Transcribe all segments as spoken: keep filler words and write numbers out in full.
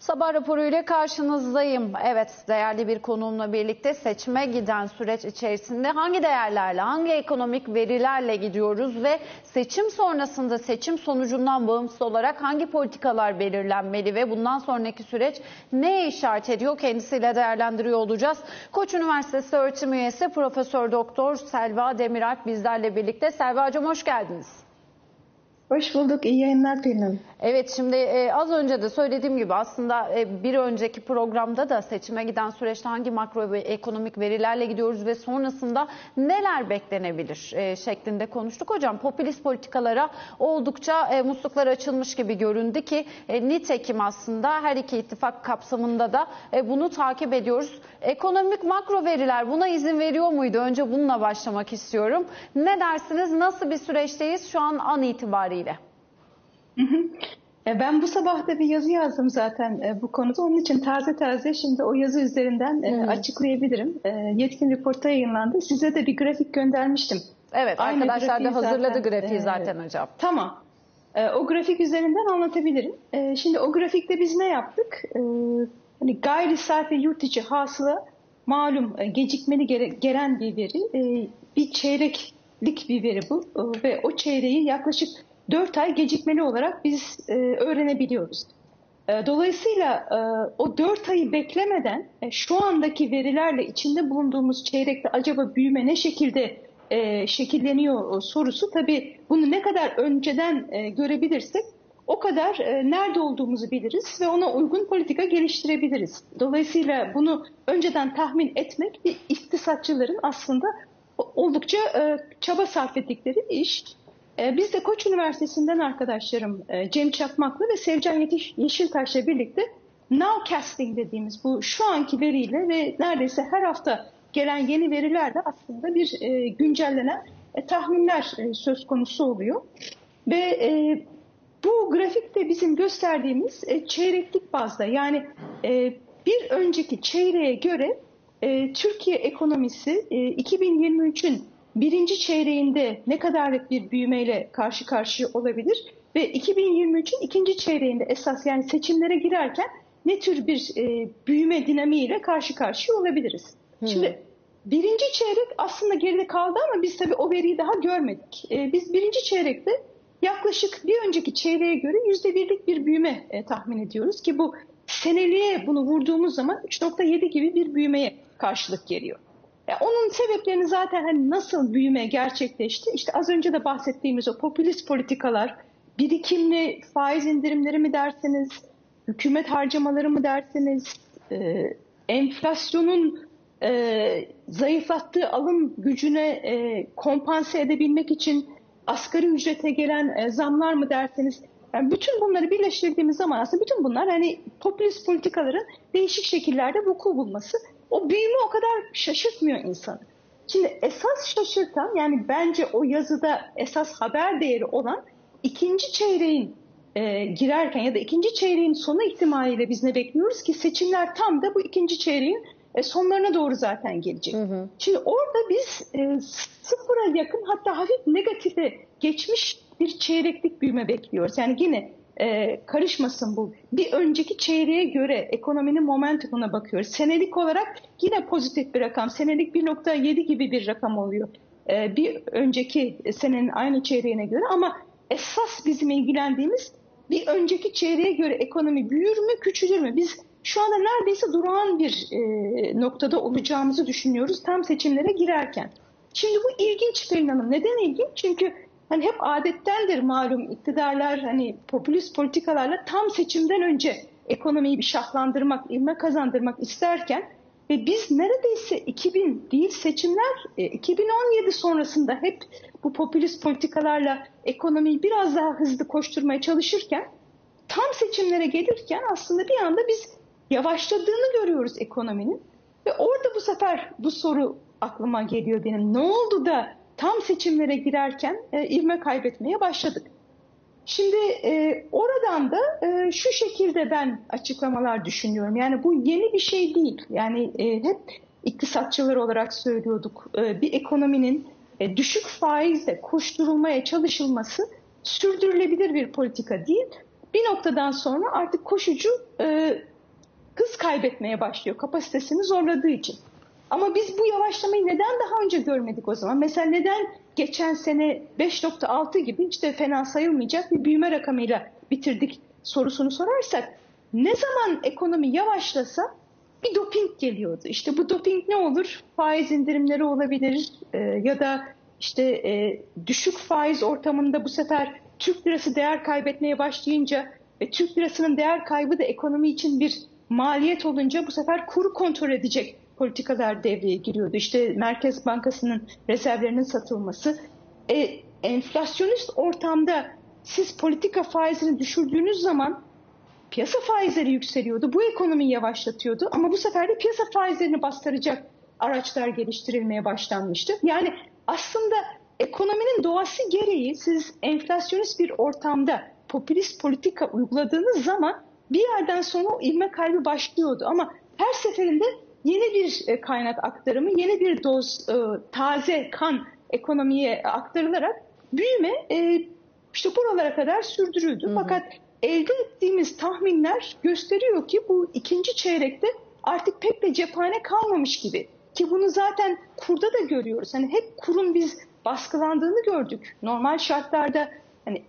Sabah raporuyla karşınızdayım. Evet, değerli bir konuğumla birlikte seçime giden süreç içerisinde hangi değerlerle, hangi ekonomik verilerle gidiyoruz ve seçim sonrasında seçim sonucundan bağımsız olarak hangi politikalar belirlenmeli ve bundan sonraki süreç neye işaret ediyor, kendisiyle değerlendiriyor olacağız. Koç Üniversitesi öğretim üyesi Profesör Doktor Selva Demiralp bizlerle birlikte. Selva Hocam, hoş geldiniz. Hoş bulduk. İyi yayınlar Pelin. Evet, şimdi e, az önce de söylediğim gibi aslında e, bir önceki programda da seçime giden süreçte hangi makroekonomik verilerle gidiyoruz ve sonrasında neler beklenebilir e, şeklinde konuştuk. Hocam, popülist politikalara oldukça e, musluklar açılmış gibi göründü ki e, nitekim aslında her iki ittifak kapsamında da e, bunu takip ediyoruz. Ekonomik makro veriler buna izin veriyor muydu? Önce bununla başlamak istiyorum. Ne dersiniz? Nasıl bir süreçteyiz şu an an itibariyle? Ben bu sabah da bir yazı yazdım zaten bu konuda. Onun için taze taze şimdi o yazı üzerinden hmm. açıklayabilirim. Yetkin Report'ta yayınlandı. Size de bir grafik göndermiştim. Evet, Aynı arkadaşlar da hazırladı zaten, grafiği zaten hocam. Tamam. O grafik üzerinden anlatabilirim. Şimdi o grafikte biz ne yaptık? Hani gayri safi yurt içi hasıla malum gecikmeli gelen bir veri. Bir çeyreklik bir veri bu. Ve o çeyreği yaklaşık dört ay gecikmeli olarak biz e, öğrenebiliyoruz. E, dolayısıyla e, o dört ayı beklemeden e, şu andaki verilerle içinde bulunduğumuz çeyrekte acaba büyüme ne şekilde e, şekilleniyor sorusu, tabii bunu ne kadar önceden e, görebilirsek o kadar e, nerede olduğumuzu biliriz ve ona uygun politika geliştirebiliriz. Dolayısıyla bunu önceden tahmin etmek bir iktisatçıların aslında oldukça e, çaba sarf ettikleri bir iş. Biz de Koç Üniversitesi'nden arkadaşlarım Cem Çakmaklı ve Sevcan Yeşiltaş'la birlikte nowcasting dediğimiz bu şu anki veriyle ve neredeyse her hafta gelen yeni verilerle aslında bir güncellenen tahminler söz konusu oluyor. Ve bu grafikte bizim gösterdiğimiz çeyreklik bazda, yani bir önceki çeyreğe göre Türkiye ekonomisi iki bin yirmi üçün birinci çeyreğinde ne kadarlık bir büyümeyle karşı karşıya olabilir ve iki bin yirmi üçün ikinci çeyreğinde esas, yani seçimlere girerken ne tür bir e, büyüme dinamiğiyle karşı karşıya olabiliriz? Hmm. Şimdi birinci çeyrek aslında geride kaldı ama biz tabii o veriyi daha görmedik. E, biz birinci çeyrekte yaklaşık bir önceki çeyreğe göre yüzde birlik bir büyüme e, tahmin ediyoruz ki bu seneliğe bunu vurduğumuz zaman üç nokta yedi gibi bir büyümeye karşılık geliyor. Yani onun sebeplerini zaten hani nasıl büyüme gerçekleşti? İşte az önce de bahsettiğimiz o popülist politikalar, birikimli faiz indirimleri mi derseniz, hükümet harcamaları mı derseniz, e, enflasyonun e, zayıflattığı alım gücüne e, kompanse edebilmek için asgari ücrete gelen e, zamlar mı derseniz, yani bütün bunları birleştirdiğimiz zaman aslında bütün bunlar hani popülist politikaların değişik şekillerde vuku bulması. O büyüme o kadar şaşırtmıyor insanı. Şimdi esas şaşırtan, yani bence o yazıda esas haber değeri olan ikinci çeyreğin e, girerken ya da ikinci çeyreğin sonu ihtimaliyle biz ne bekliyoruz ki seçimler tam da bu ikinci çeyreğin e, sonlarına doğru zaten gelecek. Hı hı. Şimdi orada biz e, sıfıra yakın, hatta hafif negatife geçmiş bir çeyreklik büyüme bekliyoruz. Yani yine Ee, karışmasın bu. Bir önceki çeyreğe göre ekonominin momentumuna bakıyoruz. Senelik olarak yine pozitif bir rakam. Senelik bir nokta yedi gibi bir rakam oluyor. Ee, bir önceki senenin aynı çeyreğine göre, ama esas bizim ilgilendiğimiz bir önceki çeyreğe göre ekonomi büyür mü, küçülür mü? Biz şu anda neredeyse durağan bir e, noktada olacağımızı düşünüyoruz tam seçimlere girerken. Şimdi bu ilginç Pelin Hanım. Neden ilginç? Çünkü hani hep adettendir malum, iktidarlar hani popülist politikalarla tam seçimden önce ekonomiyi bir şahlandırmak, ivme kazandırmak isterken ve biz neredeyse iki bin değil seçimler iki bin on yedi sonrasında hep bu popülist politikalarla ekonomiyi biraz daha hızlı koşturmaya çalışırken tam seçimlere gelirken aslında bir anda biz yavaşladığını görüyoruz ekonominin ve orada bu sefer bu soru aklıma geliyor benim. Ne oldu da tam seçimlere girerken e, ivme kaybetmeye başladık? Şimdi e, oradan da e, şu şekilde ben açıklamalar düşünüyorum. Yani bu yeni bir şey değil. Yani e, hep iktisatçılar olarak söylüyorduk. E, bir ekonominin e, düşük faizle koşturulmaya çalışılması sürdürülebilir bir politika değil. Bir noktadan sonra artık koşucu e, kaybetmeye başlıyor kapasitesini zorladığı için. Ama biz bu yavaşlamayı neden daha önce görmedik o zaman? Mesela neden geçen sene beş nokta altı gibi işte fena sayılmayacak bir büyüme rakamıyla bitirdik sorusunu sorarsak, ne zaman ekonomi yavaşlasa bir doping geliyordu. İşte bu doping ne olur? Faiz indirimleri olabilir e, ya da işte e, düşük faiz ortamında bu sefer Türk lirası değer kaybetmeye başlayınca ve Türk lirasının değer kaybı da ekonomi için bir maliyet olunca bu sefer kuru kontrol edecek politikalar devreye giriyordu. İşte Merkez Bankası'nın rezervlerinin satılması. E, enflasyonist ortamda siz politika faizini düşürdüğünüz zaman piyasa faizleri yükseliyordu. Bu ekonomiyi yavaşlatıyordu ama bu sefer de piyasa faizlerini bastıracak araçlar geliştirilmeye başlanmıştı. Yani aslında ekonominin doğası gereği siz enflasyonist bir ortamda popülist politika uyguladığınız zaman bir yerden sonra o ivme kaybı başlıyordu. Ama her seferinde yeni bir kaynak aktarımı, yeni bir doz taze kan ekonomiye aktarılarak büyüme işte buralara kadar sürdürüldü. Hı hı. Fakat elde ettiğimiz tahminler gösteriyor ki bu ikinci çeyrekte artık pek de cephane kalmamış gibi. Ki bunu zaten kurda da görüyoruz. Hani hep kurun biz baskılandığını gördük. Normal şartlarda hani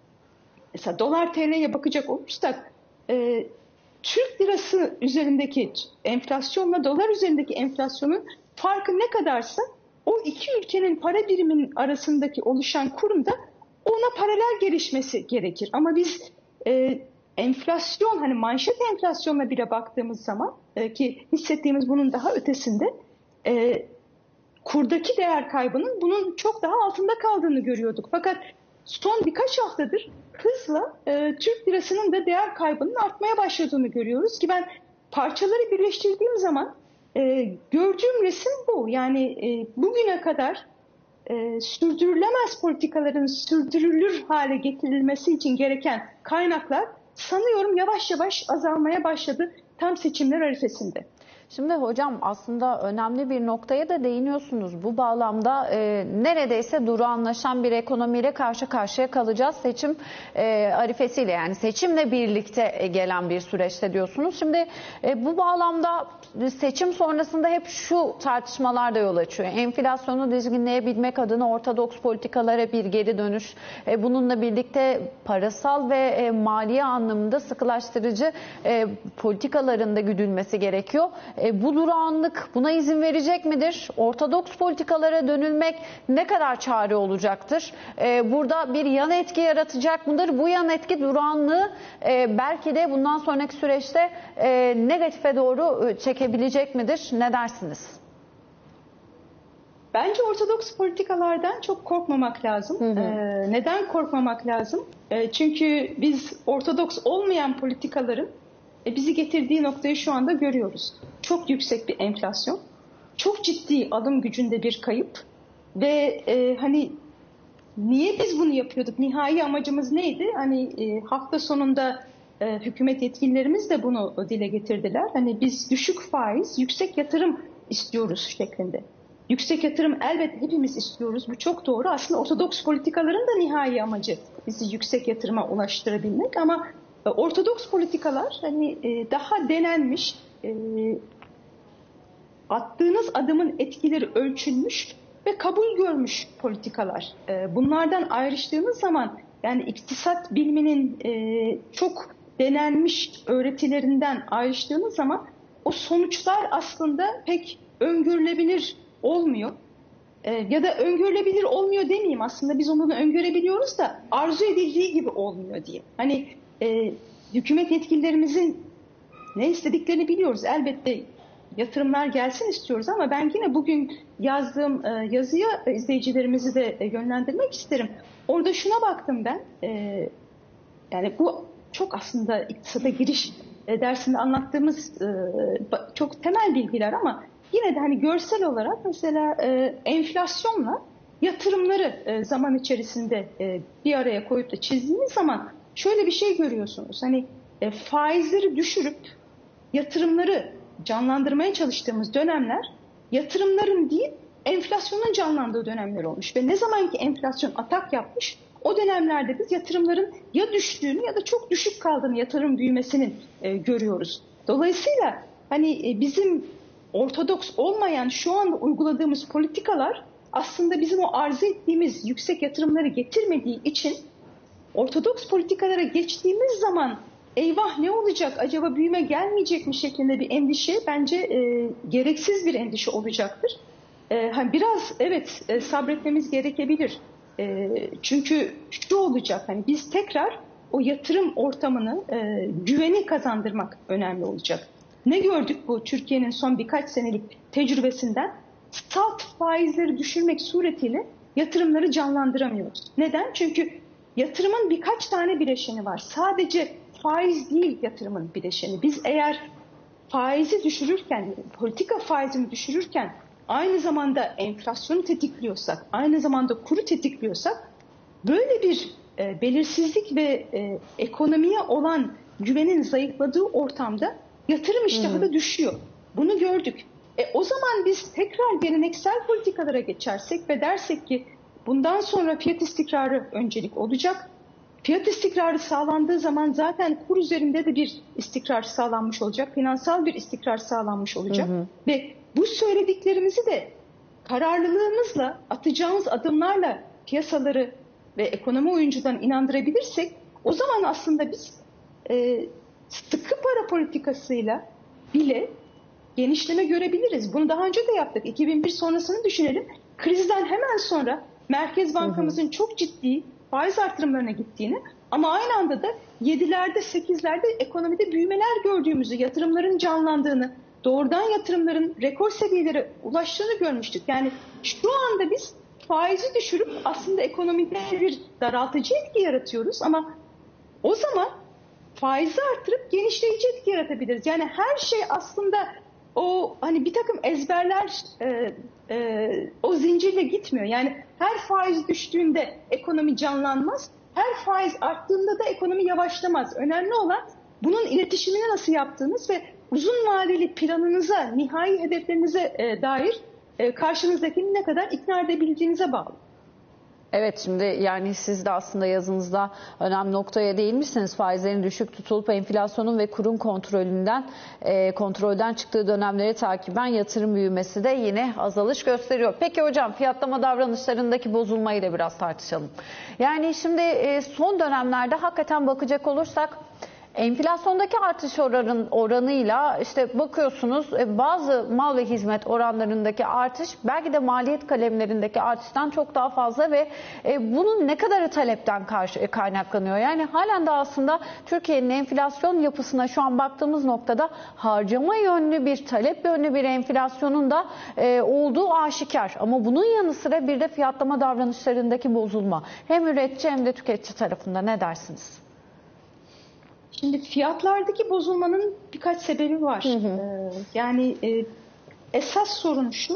mesela dolar T L'ye bakacak olursak e, Türk lirası üzerindeki enflasyonla dolar üzerindeki enflasyonun farkı ne kadarsa o iki ülkenin para biriminin arasındaki oluşan kurun da ona paralel gelişmesi gerekir. Ama biz e, enflasyon, hani manşet enflasyonla bile baktığımız zaman e, ki hissettiğimiz bunun daha ötesinde e, kurdaki değer kaybının bunun çok daha altında kaldığını görüyorduk. Fakat son birkaç haftadır hızla e, Türk lirasının da değer kaybının artmaya başladığını görüyoruz ki ben parçaları birleştirdiğim zaman e, gördüğüm resim bu. Yani e, bugüne kadar e, sürdürülemez politikaların sürdürülür hale getirilmesi için gereken kaynaklar sanıyorum yavaş yavaş azalmaya başladı tam seçimler arifesinde. Şimdi hocam aslında önemli bir noktaya da değiniyorsunuz. Bu bağlamda e, neredeyse durağanlaşan bir ekonomiyle karşı karşıya kalacağız. Seçim e, arifesiyle, yani seçimle birlikte e, gelen bir süreçte diyorsunuz. Şimdi e, bu bağlamda seçim sonrasında hep şu tartışmalar da yol açıyor. Enflasyonu dizginleyebilmek adına ortodoks politikalara bir geri dönüş. E, bununla birlikte parasal ve e, maliye anlamında sıkılaştırıcı e, politikaların da güdülmesi gerekiyor. E, bu durağanlık buna izin verecek midir? Ortodoks politikalara dönülmek ne kadar çare olacaktır? E, burada bir yan etki yaratacak mıdır? Bu yan etki durağanlığı e, belki de bundan sonraki süreçte e, negatife doğru çekebilecek midir? Ne dersiniz? Bence ortodoks politikalardan çok korkmamak lazım. Hı hı. Ee, neden korkmamak lazım? E, çünkü biz ortodoks olmayan politikaların e, bizi getirdiği noktayı şu anda görüyoruz. Çok yüksek bir enflasyon, çok ciddi alım gücünde bir kayıp ve e, hani niye biz bunu yapıyorduk? Nihai amacımız neydi? Hani e, hafta sonunda e, hükümet yetkililerimiz de bunu dile getirdiler. Hani biz düşük faiz, yüksek yatırım istiyoruz şeklinde. Yüksek yatırım elbette hepimiz istiyoruz. Bu çok doğru. Aslında ortodoks politikaların da nihai amacı bizi yüksek yatırıma ulaştırabilmek ama e, ortodoks politikalar hani e, daha denenmiş, e, attığınız adımın etkileri ölçülmüş ve kabul görmüş politikalar. E, bunlardan ayrıştığınız zaman yani iktisat biliminin e, çok denenmiş öğretilerinden ayrıştığınız zaman o sonuçlar aslında pek öngörülebilir olmuyor. E, ya da öngörülebilir olmuyor demeyeyim, aslında biz onu öngörebiliyoruz da arzu edildiği gibi olmuyor diye. Hani e, hükümet yetkililerimizin ne istediklerini biliyoruz. Elbette yatırımlar gelsin istiyoruz ama ben yine bugün yazdığım e, yazıya izleyicilerimizi de e, yönlendirmek isterim. Orada şuna baktım ben. E, yani bu çok aslında iktisada giriş e, dersinde anlattığımız e, çok temel bilgiler ama yine de hani görsel olarak mesela e, enflasyonla yatırımları e, zaman içerisinde e, bir araya koyup da çizdiğiniz zaman şöyle bir şey görüyorsunuz. Hani e, faizleri düşürüp yatırımları canlandırmaya çalıştığımız dönemler yatırımların değil enflasyonun canlandığı dönemler olmuş. Ve ne zaman ki enflasyon atak yapmış o dönemlerde biz yatırımların ya düştüğünü ya da çok düşük kaldığını, yatırım büyümesinin e, görüyoruz. Dolayısıyla hani bizim ortodoks olmayan şu anda uyguladığımız politikalar aslında bizim o arzu ettiğimiz yüksek yatırımları getirmediği için ortodoks politikalara geçtiğimiz zaman eyvah ne olacak, acaba büyüme gelmeyecek mi şeklinde bir endişe bence e, gereksiz bir endişe olacaktır. E, hani biraz evet e, sabretmemiz gerekebilir. E, çünkü şu olacak, hani biz tekrar o yatırım ortamını, e, güveni kazandırmak önemli olacak. Ne gördük bu Türkiye'nin son birkaç senelik tecrübesinden? Salt faizleri düşürmek suretiyle yatırımları canlandıramıyoruz. Neden? Çünkü yatırımın birkaç tane bileşeni var. Sadece faiz değil yatırımın bileşeni. Biz eğer faizi düşürürken, politika faizini düşürürken aynı zamanda enflasyonu tetikliyorsak, aynı zamanda kuru tetikliyorsak böyle bir e, belirsizlik ve e, ekonomiye olan güvenin zayıfladığı ortamda yatırım iştahı da düşüyor. Bunu gördük. E, o zaman biz tekrar geleneksel politikalara geçersek ve dersek ki bundan sonra fiyat istikrarı öncelik olacak. Fiyat istikrarı sağlandığı zaman zaten kur üzerinde de bir istikrar sağlanmış olacak. Finansal bir istikrar sağlanmış olacak. Hı hı. Ve bu söylediklerimizi de kararlılığımızla, atacağımız adımlarla piyasaları ve ekonomi oyuncularını inandırabilirsek o zaman aslında biz e, sıkı para politikasıyla bile genişleme görebiliriz. Bunu daha önce de yaptık. iki bin bir sonrasını düşünelim. Krizden hemen sonra Merkez Bankamızın hı hı. çok ciddi faiz artırımlarına gittiğini ama aynı anda da yedilerde sekizlerde ekonomide büyümeler gördüğümüzü, yatırımların canlandığını, doğrudan yatırımların rekor seviyelere ulaştığını görmüştük. Yani şu anda biz faizi düşürüp aslında ekonomide bir daraltıcı etki yaratıyoruz ama o zaman faizi arttırıp genişleyici etki yaratabiliriz. Yani her şey aslında o hani bir takım ezberler e, e, o zincirle gitmiyor. Yani her faiz düştüğünde ekonomi canlanmaz. Her faiz arttığında da ekonomi yavaşlamaz. Önemli olan bunun iletişimini nasıl yaptığınız ve uzun vadeli planınıza, nihai hedeflerinize e, dair e, karşınızdakini ne kadar ikna edebileceğinize bağlı. Evet, şimdi yani siz de aslında yazınızda önemli noktaya değinmişsiniz. Faizlerin düşük tutulup enflasyonun ve kurun kontrolünden e, kontrolden çıktığı dönemleri takiben yatırım büyümesi de yine azalış gösteriyor. Peki hocam, fiyatlama davranışlarındaki bozulmayı da biraz tartışalım. Yani şimdi e, son dönemlerde hakikaten bakacak olursak enflasyondaki artış oranın oranıyla işte bakıyorsunuz bazı mal ve hizmet oranlarındaki artış belki de maliyet kalemlerindeki artıştan çok daha fazla ve bunun ne kadarı talepten karşı kaynaklanıyor. Yani halen de aslında Türkiye'nin enflasyon yapısına şu an baktığımız noktada harcama yönlü bir, talep yönlü bir enflasyonun da olduğu aşikar. Ama bunun yanı sıra bir de fiyatlama davranışlarındaki bozulma. Hem üretici hem de tüketici tarafında ne dersiniz? Şimdi fiyatlardaki bozulmanın birkaç sebebi var. Hı hı. Ee, yani e, esas sorun şu,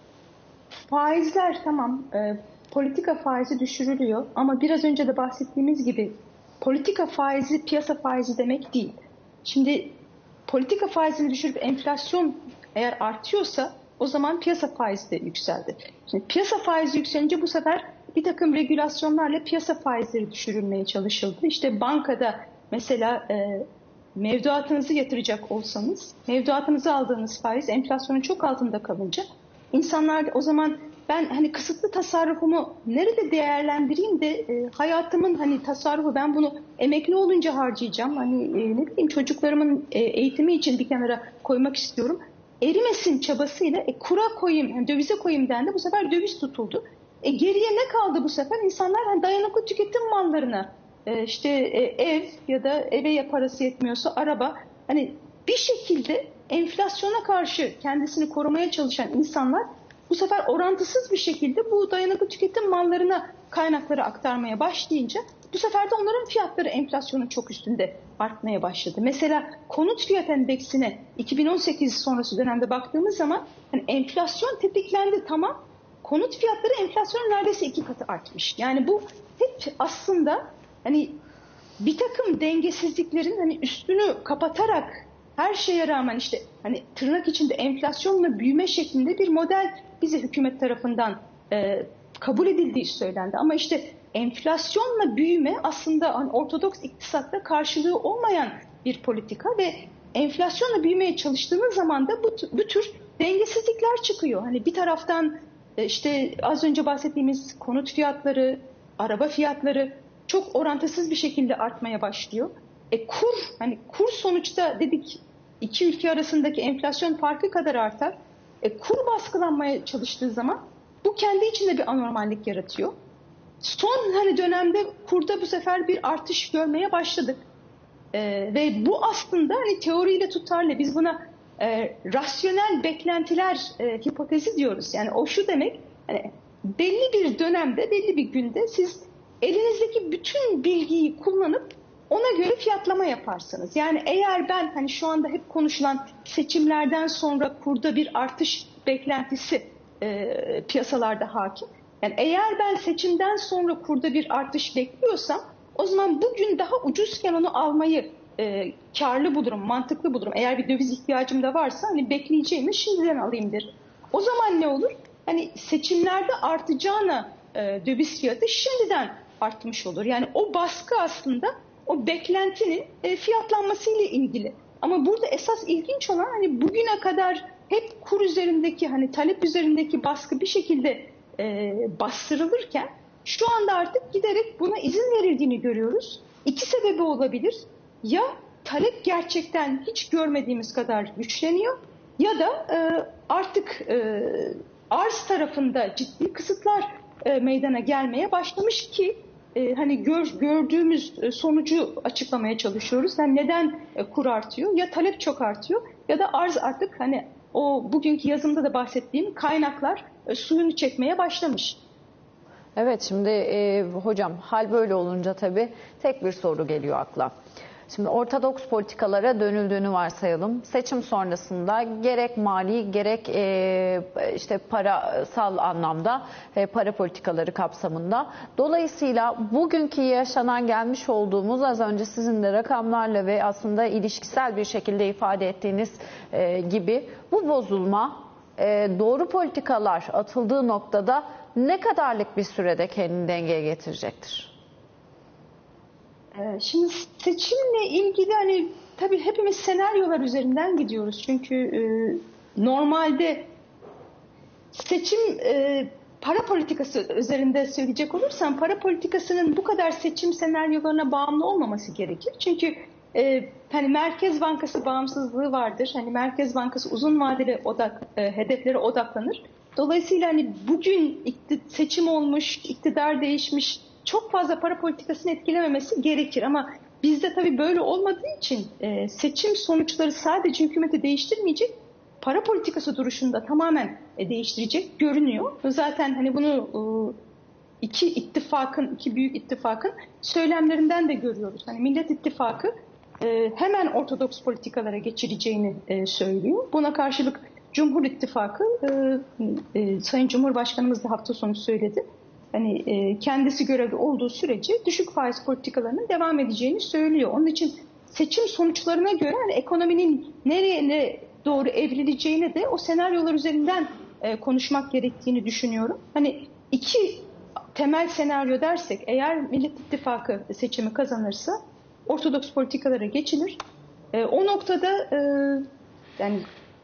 faizler tamam, e, politika faizi düşürülüyor ama biraz önce de bahsettiğimiz gibi politika faizi piyasa faizi demek değil. Şimdi politika faizini düşürüp enflasyon eğer artıyorsa o zaman piyasa faizi de yükseldi. Şimdi piyasa faizi yükselince bu sefer bir takım regülasyonlarla piyasa faizleri düşürülmeye çalışıldı. İşte bankada mesela e, mevduatınızı yatıracak olsanız, mevduatınızı aldığınız faiz enflasyonun çok altında kalınca insanlar o zaman ben hani kısıtlı tasarrufumu nerede değerlendireyim de e, hayatımın hani tasarrufu ben bunu emekli olunca harcayacağım. Hani e, ne bileyim çocuklarımın e, eğitimi için bir kenara koymak istiyorum. Erimesin çabasıyla e, kura koyayım, yani dövize koyayım dendi. Bu sefer döviz tutuldu. E, geriye ne kaldı bu sefer? İnsanlar hani dayanıklı tüketim mallarına işte ev ya da eve parası yetmiyorsa araba, hani bir şekilde enflasyona karşı kendisini korumaya çalışan insanlar bu sefer orantısız bir şekilde bu dayanıklı tüketim mallarına kaynakları aktarmaya başlayınca bu sefer de onların fiyatları enflasyonun çok üstünde artmaya başladı. Mesela konut fiyat endeksine iki bin on sekiz sonrası dönemde baktığımız zaman hani enflasyon tetiklendi, tamam, konut fiyatları enflasyonun neredeyse iki katı artmış. Yani bu hep aslında hani bir takım dengesizliklerin hani üstünü kapatarak her şeye rağmen işte hani tırnak içinde enflasyonla büyüme şeklinde bir model bize hükümet tarafından e, kabul edildiği söylendi. Ama işte enflasyonla büyüme aslında hani ortodoks iktisatta karşılığı olmayan bir politika ve enflasyonla büyümeye çalıştığınız zaman da bu, bu tür dengesizlikler çıkıyor. Hani bir taraftan işte az önce bahsettiğimiz konut fiyatları, araba fiyatları çok orantısız bir şekilde artmaya başlıyor. E kur, hani kur sonuçta dedik iki ülke arasındaki enflasyon farkı kadar artar. E kur baskılanmaya çalıştığı zaman bu kendi içinde bir anormallik yaratıyor. Son hani dönemde kurda bu sefer bir artış görmeye başladık. Ee, ve bu aslında hani teoriyle tutarlı. Biz buna e, rasyonel beklentiler e, hipotezi diyoruz. Yani o şu demek, hani belli bir dönemde, belli bir günde siz elinizdeki bütün bilgiyi kullanıp ona göre fiyatlama yaparsınız. Yani eğer ben hani şu anda hep konuşulan seçimlerden sonra kurda bir artış beklentisi e, piyasalarda hakim. Yani eğer ben seçimden sonra kurda bir artış bekliyorsam o zaman bugün daha ucuzken onu almayı e, karlı bulurum, mantıklı bulurum. Eğer bir döviz ihtiyacım da varsa hani bekleyeceğimi şimdiden alayım derim. O zaman ne olur? Hani seçimlerde artacağına e, döviz fiyatı şimdiden artmış olur. Yani o baskı aslında o beklentinin e, fiyatlanmasıyla ilgili. Ama burada esas ilginç olan hani bugüne kadar hep kur üzerindeki hani talep üzerindeki baskı bir şekilde e, bastırılırken şu anda artık giderek buna izin verildiğini görüyoruz. İki sebebi olabilir. Ya talep gerçekten hiç görmediğimiz kadar güçleniyor ya da e, artık e, arz tarafında ciddi kısıtlar e, meydana gelmeye başlamış ki e, hani gör, gördüğümüz sonucu açıklamaya çalışıyoruz. Yani neden e, kur artıyor? Ya talep çok artıyor ya da arz artık hani o bugünkü yazımda da bahsettiğim kaynaklar e, suyunu çekmeye başlamış. Evet, şimdi e, hocam hal böyle olunca tabii tek bir soru geliyor akla. Şimdi ortodoks politikalara dönüldüğünü varsayalım. Seçim sonrasında gerek mali gerek e, işte parasal anlamda e, para politikaları kapsamında. Dolayısıyla bugünkü yaşanan gelmiş olduğumuz az önce sizin de rakamlarla ve aslında ilişkisel bir şekilde ifade ettiğiniz e, gibi bu bozulma e, doğru politikalar atıldığı noktada ne kadarlık bir sürede kendini dengeye getirecektir? Şimdi seçimle ilgili hani tabii hepimiz senaryolar üzerinden gidiyoruz. Çünkü e, normalde seçim e, para politikası üzerinde söyleyecek olursam para politikasının bu kadar seçim senaryolarına bağımlı olmaması gerekir. Çünkü e, hani Merkez Bankası bağımsızlığı vardır. Hani Merkez Bankası uzun vadeli odak e, hedeflere odaklanır. Dolayısıyla hani bugün seçim olmuş, iktidar değişmiş, çok fazla para politikasını etkilememesi gerekir. Ama bizde tabii böyle olmadığı için e, seçim sonuçları sadece hükümeti değiştirmeyecek, para politikası duruşunu da tamamen e, değiştirecek görünüyor. Zaten hani bunu e, iki ittifakın, iki büyük ittifakın söylemlerinden de görüyoruz. Hani Millet İttifakı e, hemen ortodoks politikalara geçireceğini e, söylüyor. Buna karşılık Cumhur İttifakı, e, e, Sayın Cumhurbaşkanımız da hafta sonu söyledi. Hani e, kendisi görevli olduğu sürece düşük faiz politikalarının devam edeceğini söylüyor. Onun için seçim sonuçlarına göre hani ekonominin nereye ne doğru evrileceğini de o senaryolar üzerinden e, konuşmak gerektiğini düşünüyorum. Hani iki temel senaryo dersek, eğer Millet İttifakı seçimi kazanırsa ortodoks politikalara geçilir. E, o noktada e, yani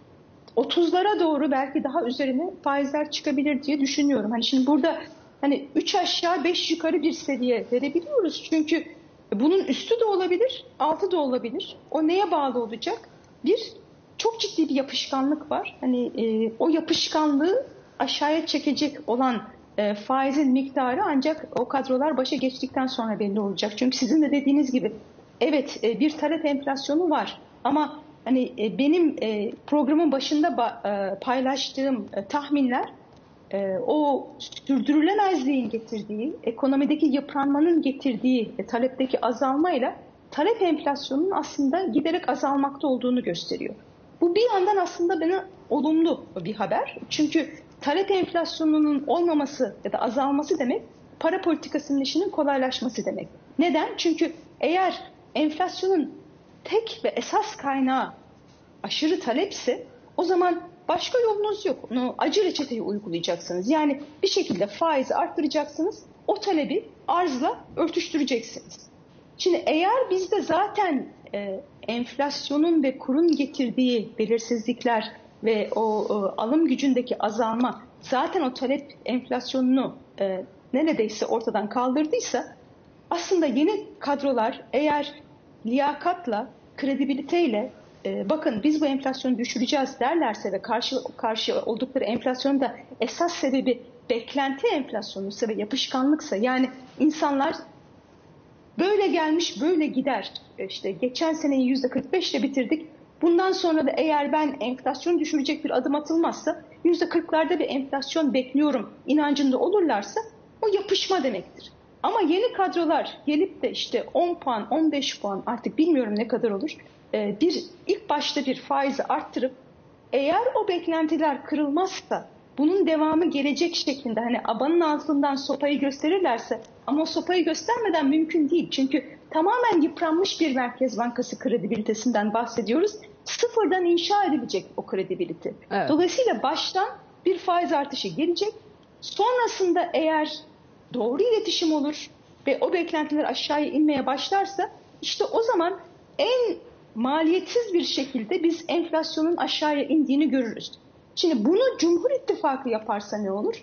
otuzlara doğru belki daha üzerine faizler çıkabilir diye düşünüyorum. Hani şimdi burada hani üç aşağı beş yukarı bir seviye verebiliyoruz. Çünkü bunun üstü de olabilir, altı da olabilir. O neye bağlı olacak? Bir, çok ciddi bir yapışkanlık var. Hani e, o yapışkanlığı aşağıya çekecek olan e, faizin miktarı ancak o kadrolar başa geçtikten sonra belli olacak. Çünkü sizin de dediğiniz gibi evet e, bir talep enflasyonu var ama hani e, benim e, programın başında e, paylaştığım e, tahminler e, o sürdürülemezliğin getirdiği, ekonomideki yıpranmanın getirdiği e, talepteki azalmayla talep enflasyonunun aslında giderek azalmakta olduğunu gösteriyor. Bu bir yandan aslında bana olumlu bir haber. Çünkü talep enflasyonunun olmaması ya da azalması demek para politikasının işinin kolaylaşması demek. Neden? Çünkü eğer enflasyonun tek ve esas kaynağı aşırı talepse o zaman başka yolunuz yok. Onu acı reçeteyi uygulayacaksınız. Yani bir şekilde faizi arttıracaksınız. O talebi arzla örtüştüreceksiniz. Şimdi eğer bizde zaten e, enflasyonun ve kurun getirdiği belirsizlikler ve o, o alım gücündeki azalma zaten o talep enflasyonunu e, neredeyse ortadan kaldırdıysa, aslında yeni kadrolar eğer liyakatla, kredibiliteyle e, bakın biz bu enflasyonu düşüreceğiz derlerse ve karşı karşı oldukları enflasyonun da esas sebebi beklenti enflasyonuysa ve yapışkanlıksa, yani insanlar böyle gelmiş böyle gider, işte geçen seneyi yüzde kırk beş ile bitirdik, bundan sonra da eğer ben enflasyonu düşürecek bir adım atılmazsa yüzde kırklarda bir enflasyon bekliyorum inancında olurlarsa o yapışma demektir. Ama yeni kadrolar gelip de işte on puan, on beş puan, artık bilmiyorum ne kadar olur, bir ilk başta bir faizi arttırıp eğer o beklentiler kırılmazsa bunun devamı gelecek şeklinde, hani abanın altından sopayı gösterirlerse, ama o sopayı göstermeden mümkün değil. Çünkü tamamen yıpranmış bir Merkez Bankası kredibilitesinden bahsediyoruz. Sıfırdan inşa edilecek o kredibilite. Evet. Dolayısıyla baştan bir faiz artışı gelecek. Sonrasında eğer doğru iletişim olur ve o beklentiler aşağıya inmeye başlarsa, işte o zaman en maliyetsiz bir şekilde biz enflasyonun aşağıya indiğini görürüz. Şimdi bunu Cumhur İttifakı yaparsa ne olur?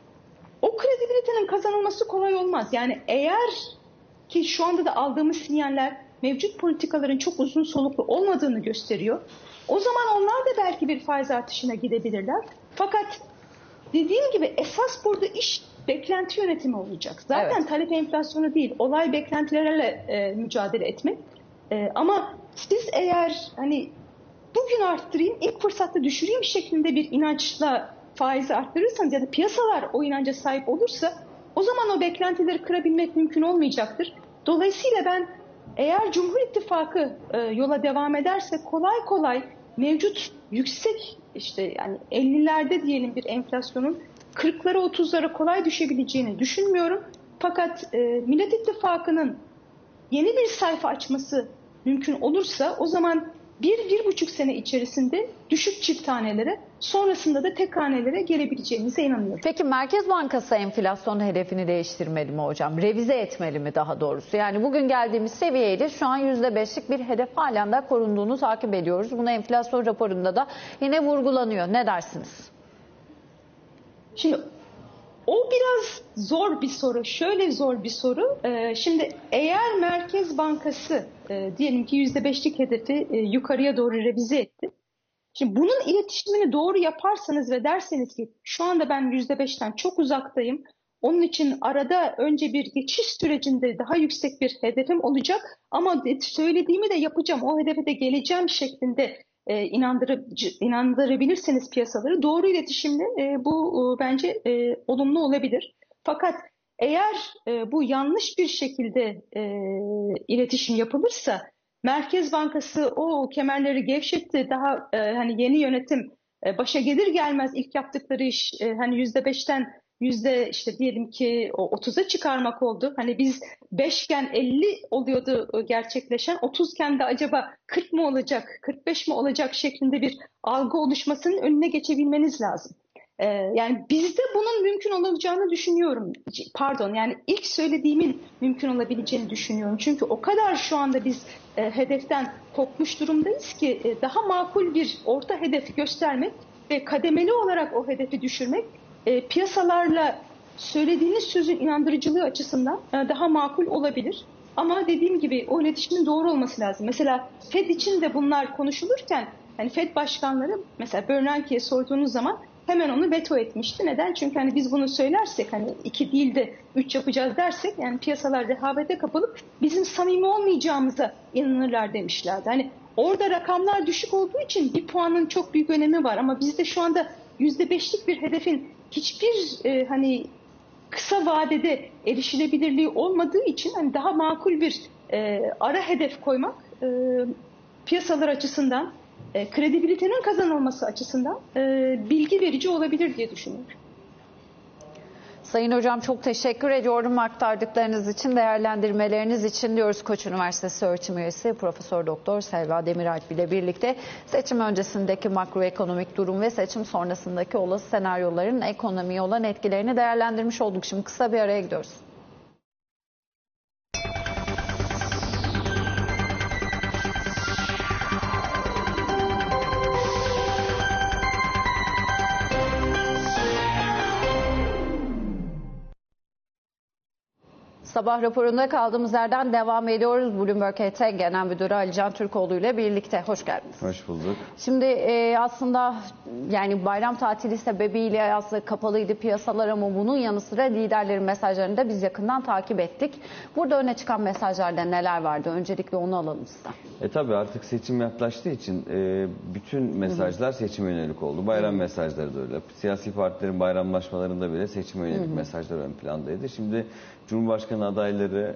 O kredibilitenin kazanılması kolay olmaz. Yani eğer ki şu anda da aldığımız sinyaller mevcut politikaların çok uzun soluklu olmadığını gösteriyor. O zaman onlar da belki bir faiz artışına gidebilirler. Fakat dediğim gibi esas burada iş beklenti yönetimi olacak. Zaten evet. Talep enflasyonu değil, olay beklentilerle e, mücadele etmek. E, ama siz eğer hani bugün arttırayım, ilk fırsatta düşüreyim şeklinde bir inançla faizi arttırırsanız ya da piyasalar o inanca sahip olursa, o zaman o beklentileri kırabilmek mümkün olmayacaktır. Dolayısıyla ben eğer Cumhur İttifakı e, yola devam ederse kolay kolay mevcut yüksek, işte yani ellilerde diyelim bir enflasyonun kırklara otuzlara kolay düşebileceğini düşünmüyorum. Fakat e, Millet İttifakı'nın yeni bir sayfa açması mümkün olursa, o zaman bir, bir buçuk sene içerisinde düşük çift tanelere, sonrasında da tek hanelere gelebileceğimize inanıyorum. Peki Merkez Bankası enflasyon hedefini değiştirmeli mi hocam? Revize etmeli mi daha doğrusu? Yani bugün geldiğimiz seviyeyle şu an yüzde beşlik bir hedef halen de korunduğunu takip ediyoruz. Bunu enflasyon raporunda da yine vurgulanıyor. Ne dersiniz? Şimdi o biraz zor bir soru. Şöyle zor bir soru. Ee, şimdi eğer Merkez Bankası e, diyelim ki yüzde beşlik hedefi e, yukarıya doğru revize etti. Şimdi bunun iletişimini doğru yaparsanız ve derseniz ki şu anda ben yüzde beşten çok uzaktayım. Onun için arada önce bir geçiş sürecinde daha yüksek bir hedefim olacak ama söylediğimi de yapacağım, o hedefe de geleceğim şeklinde e, inandırıcı, inandırabilirseniz piyasaları, doğru iletişimle e, bu e, bence e, olumlu olabilir. Fakat eğer e, bu yanlış bir şekilde e, iletişim yapılırsa, Merkez Bankası o kemerleri gevşetti, daha e, hani yeni yönetim e, başa gelir gelmez ilk yaptıkları iş e, hani yüzde beşten yüzde işte diyelim ki o otuza çıkarmak oldu. Hani biz beşken elli oluyordu gerçekleşen, otuzken de acaba kırk mı olacak, kırk beş mi olacak şeklinde bir algı oluşmasının önüne geçebilmeniz lazım. Ee, yani bizde bunun mümkün olacağını düşünüyorum. Pardon, yani ilk söylediğimin mümkün olabileceğini düşünüyorum. Çünkü o kadar şu anda biz e, hedeften kopmuş durumdayız ki e, daha makul bir orta hedef göstermek ve kademeli olarak o hedefi düşürmek e, piyasalarla söylediğiniz sözün inandırıcılığı açısından e, daha makul olabilir. Ama dediğim gibi o iletişimin doğru olması lazım. Mesela Fed için de bunlar konuşulurken hani Fed başkanları mesela Bernanke'ye sorduğunuz zaman hemen onu veto etmişti. Neden? Çünkü hani biz bunu söylersek, hani iki değil de üç yapacağız dersek, yani piyasalar rehavete kapılıp bizim samimi olmayacağımıza inanırlar demişlerdi. Hani orada rakamlar düşük olduğu için bir puanın çok büyük önemi var ama bizde şu anda yüzde beşlik bir hedefin hiçbir e, hani kısa vadede erişilebilirliği olmadığı için hani daha makul bir e, ara hedef koymak e, piyasalar açısından, E, kredibilitenin kazanılması açısından e, bilgi verici olabilir diye düşünüyorum. Sayın Hocam çok teşekkür ediyorum aktardıklarınız için, değerlendirmeleriniz için diyoruz. Koç Üniversitesi öğretim üyesi Profesör Doktor Selva Demiralp ile birlikte seçim öncesindeki makroekonomik durum ve seçim sonrasındaki olası senaryoların ekonomiye olan etkilerini değerlendirmiş olduk. Şimdi kısa bir araya gidiyoruz. Sabah raporunda kaldığımız yerden devam ediyoruz. Bloomberg H T Genel Müdürü Alican Türkoğlu ile birlikte. Hoş geldiniz. Hoş bulduk. Şimdi e, aslında yani bayram tatili sebebiyle aslında kapalıydı piyasalar ama bunun yanı sıra liderlerin mesajlarını da biz yakından takip ettik. Burada öne çıkan mesajlarda neler vardı? Öncelikle onu alalım sizden. E tabii artık seçim yaklaştığı için e, bütün mesajlar seçime yönelik oldu. Bayram Hı-hı. mesajları da öyle. Siyasi partilerin bayramlaşmalarında bile seçime yönelik Hı-hı. mesajlar ön plandaydı. Şimdi Cumhurbaşkanı adayları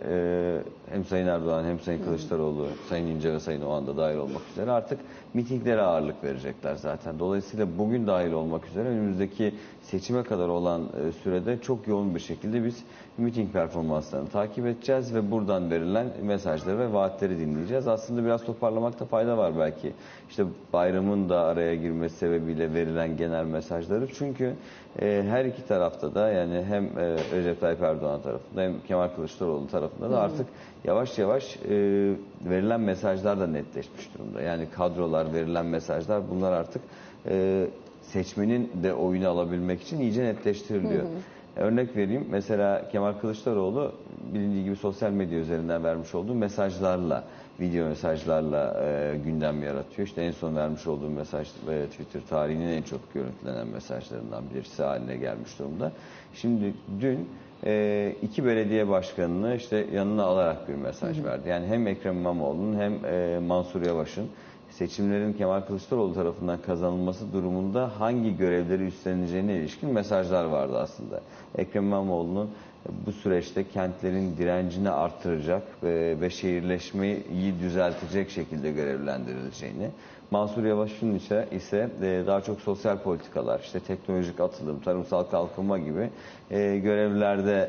e, hem Sayın Erdoğan hem Sayın Kılıçdaroğlu, Hı-hı. Sayın İnce ve Sayın Oğan da dahil olmak üzere artık mitinglere ağırlık verecekler zaten. Dolayısıyla bugün dahil olmak üzere önümüzdeki seçime kadar olan e, sürede çok yoğun bir şekilde biz miting performanslarını takip edeceğiz ve buradan verilen mesajları ve vaatleri dinleyeceğiz. Aslında biraz toparlamakta fayda var belki. İşte bayramın da araya girmesi sebebiyle verilen genel mesajları. Çünkü e, her iki tarafta da yani hem e, Recep Tayyip Erdoğan tarafında hem Kemal Kılıçdaroğlu tarafında da artık yavaş yavaş e, verilen mesajlar da netleşmiş durumda. Yani kadrolar, verilen mesajlar bunlar artık e, seçmenin de oyunu alabilmek için iyice netleştiriliyor. Hı hı. Örnek vereyim. Mesela Kemal Kılıçdaroğlu bilindiği gibi sosyal medya üzerinden vermiş olduğu mesajlarla, video mesajlarla e, gündem yaratıyor. İşte en son vermiş olduğu mesaj e, Twitter tarihinin en çok görüntülenen mesajlarından birisi haline gelmiş durumda. Şimdi dün e, iki belediye başkanını işte yanına alarak bir mesaj hı hı. verdi. Yani hem Ekrem İmamoğlu'nun hem e, Mansur Yavaş'ın seçimlerin Kemal Kılıçdaroğlu tarafından kazanılması durumunda hangi görevleri üstleneceğine ilişkin mesajlar vardı aslında. Ekrem İmamoğlu'nun bu süreçte kentlerin direncini artıracak ve, ve şehirleşmeyi düzeltecek şekilde görevlendirileceğini, Mansur Yavaş'ın ise, ise daha çok sosyal politikalar, işte teknolojik atılım, tarımsal kalkınma gibi e, görevlerde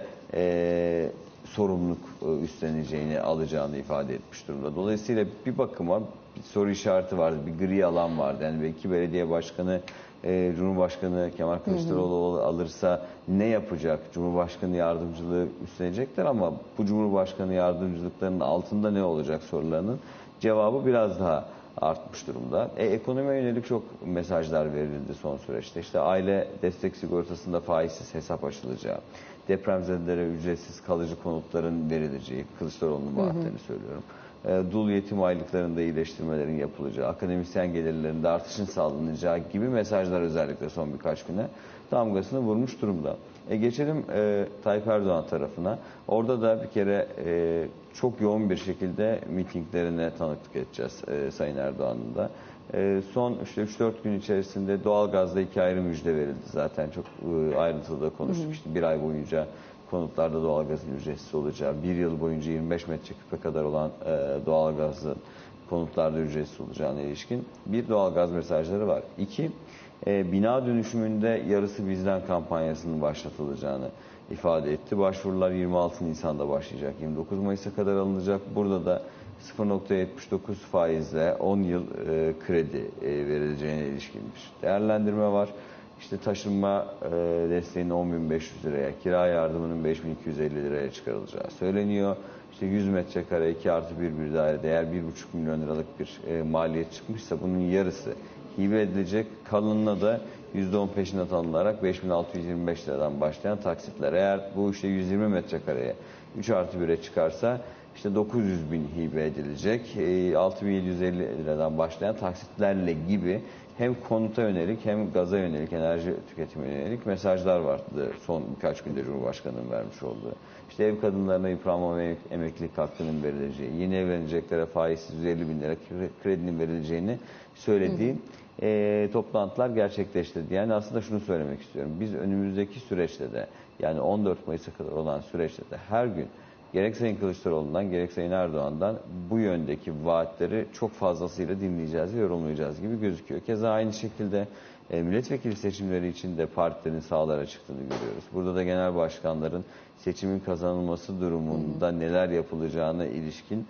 e, sorumluluk üstleneceğini, alacağını ifade etmiş durumda. Dolayısıyla bir bakıma bir soru işareti vardı, bir gri alan vardı. Yani belki belediye başkanı, e, Cumhurbaşkanı Kemal Kılıçdaroğlu hı hı. alırsa ne yapacak? Cumhurbaşkanı yardımcılığı üstlenecekler ama bu Cumhurbaşkanı yardımcılıklarının altında ne olacak sorularının cevabı biraz daha artmış durumda. E, ekonomiye yönelik çok mesajlar verildi son süreçte. İşte aile destek sigortasında faizsiz hesap açılacağı, depremzedelere ücretsiz kalıcı konutların verileceği, Kılıçdaroğlu'nun vaatlerini söylüyorum. Dul yetim aylıklarında iyileştirmelerin yapılacağı, akademisyen gelirlerinde artışın sağlanacağı gibi mesajlar özellikle son birkaç güne damgasını vurmuş durumda. E geçelim e, Tayyip Erdoğan tarafına. Orada da bir kere e, çok yoğun bir şekilde mitinglerine tanıklık edeceğiz e, Sayın Erdoğan'ın da. E, son işte üç dört gün içerisinde doğalgazda iki ayrı müjde verildi. Zaten çok e, ayrıntılı da konuştuk. Hı hı. İşte bir ay boyunca konutlarda doğalgazın ücretsiz olacağı, bir yıl boyunca yirmi beş metreküpe kadar olan e, doğalgazın konutlarda ücretsiz olacağına ilişkin bir doğalgaz mesajları var. İki, e, bina dönüşümünde yarısı bizden kampanyasının başlatılacağını ifade etti. Başvurular yirmi altı Nisan'da başlayacak, yirmi dokuz Mayıs'a kadar alınacak. Burada da sıfır nokta yetmiş dokuz faizle on yıl e, kredi e, verileceğine ilişkin bir değerlendirme var. İşte taşınma e, desteğinin on bin beş yüz liraya, kira yardımının beş bin iki yüz elli liraya çıkarılacağı söyleniyor. İşte yüz metrekare iki artı bir bir dairede eğer bir buçuk milyon liralık bir e, maliyet çıkmışsa bunun yarısı hibe edilecek. Kalanına da yüzde on peşinat alınarak beş bin altı yüz yirmi beş liradan başlayan taksitler. Eğer bu işte yüz yirmi metrekareye üç artı bire çıkarsa işte dokuz yüz bin hibe edilecek. E, altı bin yedi yüz elli liradan başlayan taksitlerle gibi hem konuta yönelik hem gaza yönelik, enerji tüketimine yönelik mesajlar vardı son birkaç günde Cumhurbaşkanı'nın vermiş olduğu. İşte ev kadınlarına yıpranma ve emeklilik hakkının verileceği, yeni evleneceklere faizsiz yüz elli bin lira kredinin verileceğini söylediği e, toplantılar gerçekleştirdi. Yani aslında şunu söylemek istiyorum. Biz önümüzdeki süreçte de yani on dört Mayıs'a kadar olan süreçte de her gün gerek Sayın Kılıçdaroğlu'ndan gerek Sayın Erdoğan'dan bu yöndeki vaatleri çok fazlasıyla dinleyeceğiz ve yorumlayacağız gibi gözüküyor. Keza aynı şekilde e, milletvekili seçimleri için de partilerin sahalara çıktığını görüyoruz. Burada da genel başkanların seçimin kazanılması durumunda neler yapılacağına ilişkin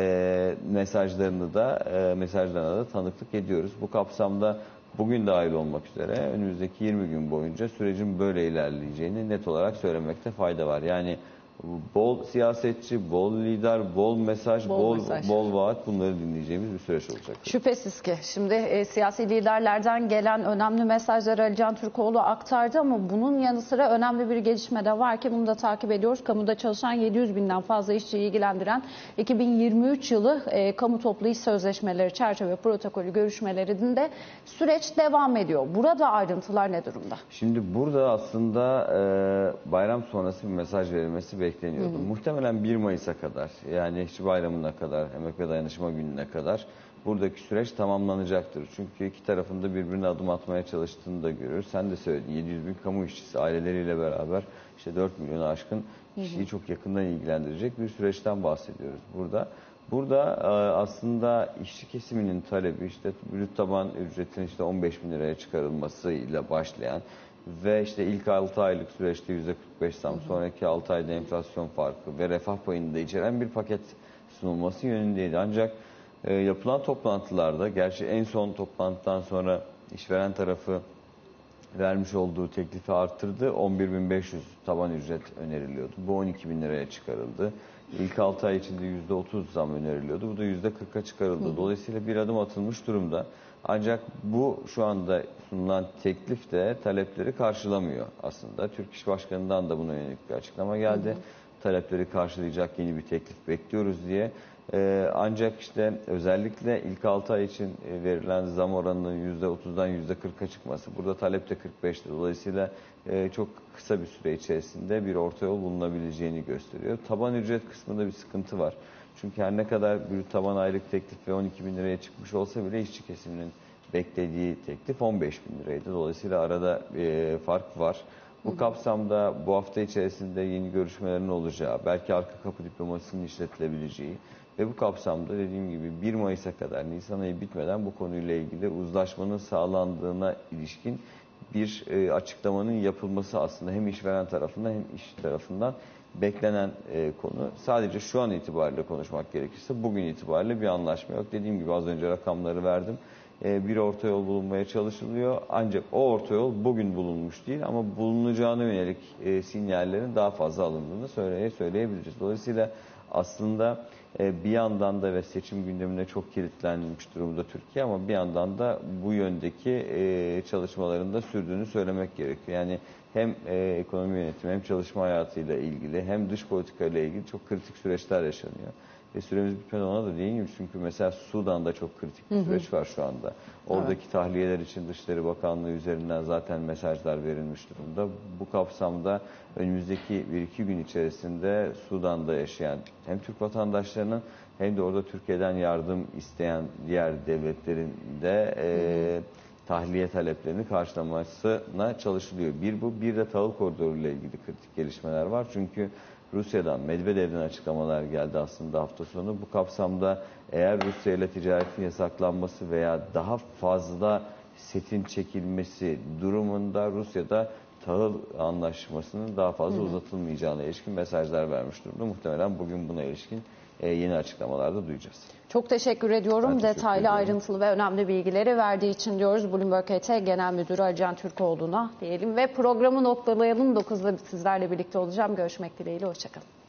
e, mesajlarını da e, mesajlarına da tanıklık ediyoruz. Bu kapsamda bugün dahil olmak üzere önümüzdeki yirmi gün boyunca sürecin böyle ilerleyeceğini net olarak söylemekte fayda var. Yani Bol siyasetçi, bol lider, bol mesaj, Bol bol mesaj. bol vaat, bunları dinleyeceğimiz bir süreç olacak. Şüphesiz ki. Şimdi e, siyasi liderlerden gelen önemli mesajları Ali Can Türkoğlu aktardı ama bunun yanı sıra önemli bir gelişme de var ki bunu da takip ediyoruz. Kamuda çalışan yedi yüz binden fazla işçiyi ilgilendiren iki bin yirmi üç yılı e, kamu toplu iş sözleşmeleri çerçeve protokolü görüşmelerinde süreç devam ediyor. Burada ayrıntılar ne durumda? Şimdi burada aslında e, bayram sonrası bir mesaj verilmesi bekleniyordu. Hı hı. Muhtemelen bir Mayıs'a kadar, yani işçi bayramına kadar, emek ve dayanışma gününe kadar buradaki süreç tamamlanacaktır. Çünkü iki tarafında birbirine adım atmaya çalıştığını da görüyoruz. Sen de söyledin, yedi yüz bin kamu işçisi aileleriyle beraber işte dört milyonu aşkın kişiyi çok yakından ilgilendirecek bir süreçten bahsediyoruz burada. Burada aslında işçi kesiminin talebi işte brüt taban ücretin işte on beş bin liraya çıkarılmasıyla başlayan ve işte ilk altı aylık süreçte yüzde kırk beş zam, sonraki altı ayda enflasyon farkı ve refah payını da içeren bir paket sunulması yönündeydi. Ancak e, yapılan toplantılarda, gerçi en son toplantıdan sonra işveren tarafı vermiş olduğu teklifi arttırdı. on bir bin beş yüz taban ücret öneriliyordu. Bu on iki bin liraya çıkarıldı. İlk altı ay içinde yüzde otuz zam öneriliyordu. Bu da yüzde kırka çıkarıldı. Dolayısıyla bir adım atılmış durumda. Ancak bu şu anda sunulan teklif de talepleri karşılamıyor aslında. Türk İş Başkanı'ndan da buna yönelik bir açıklama geldi. Hı hı. Talepleri karşılayacak yeni bir teklif bekliyoruz diye. Ee, ancak işte özellikle ilk altı ay için verilen zam oranının yüzde otuzdan yüzde kırka çıkması. Burada talep de kırk beşti. Dolayısıyla e, çok kısa bir süre içerisinde bir orta yol bulunabileceğini gösteriyor. Taban ücret kısmında bir sıkıntı var. Çünkü her ne kadar bir taban aylık teklif ve on iki bin liraya çıkmış olsa bile işçi kesiminin beklediği teklif on beş bin liraydı. Dolayısıyla arada e, fark var. Bu kapsamda bu hafta içerisinde yeni görüşmelerin olacağı, belki arka kapı diplomasinin işletilebileceği ve bu kapsamda dediğim gibi bir Mayıs'a kadar, Nisan ayı bitmeden bu konuyla ilgili uzlaşmanın sağlandığına ilişkin bir e, açıklamanın yapılması aslında hem işveren tarafından hem işçi tarafından beklenen e, konu. Sadece şu an itibariyle konuşmak gerekirse bugün itibariyle bir anlaşma yok. Dediğim gibi az önce rakamları verdim. E, bir orta yol bulunmaya çalışılıyor. Ancak o orta yol bugün bulunmuş değil ama bulunacağına yönelik e, sinyallerin daha fazla alındığını söyleye, söyleyebiliriz. Dolayısıyla aslında e, bir yandan da ve seçim gündemine çok kilitlenmiş durumda Türkiye ama bir yandan da bu yöndeki e, çalışmaların da sürdüğünü söylemek gerekiyor. Yani hem e, ekonomi yönetimi hem çalışma hayatıyla ilgili hem dış politika ile ilgili çok kritik süreçler yaşanıyor. Ve süremiz bitmeden ona da değineyim çünkü mesela Sudan'da çok kritik bir süreç hı hı. var şu anda. Oradaki evet. tahliyeler için Dışişleri Bakanlığı üzerinden zaten mesajlar verilmiş durumda. Bu kapsamda önümüzdeki bir iki gün içerisinde Sudan'da yaşayan hem Türk vatandaşlarının hem de orada Türkiye'den yardım isteyen diğer devletlerin de e, tahliye taleplerini karşılamasına çalışılıyor. Bir bu, bir de tahıl koridoru ile ilgili kritik gelişmeler var. Çünkü Rusya'dan, Medvedev'den açıklamalar geldi aslında hafta sonu. Bu kapsamda eğer Rusya ile ticaretin yasaklanması veya daha fazla setin çekilmesi durumunda Rusya'da tahıl anlaşmasının daha fazla Hı-hı. uzatılmayacağına ilişkin mesajlar vermiş durumda. Muhtemelen bugün buna ilişkin yeni açıklamalarda duyacağız. Çok teşekkür ediyorum. Ben teşekkür Detaylı, ediyorum. ayrıntılı ve önemli bilgileri verdiği için diyoruz. Bloomberg H T Genel Müdürü Ali Can Türkoğlu'na diyelim ve programı noktalayalım. dokuzda sizlerle birlikte olacağım. Görüşmek dileğiyle. Hoşçakalın.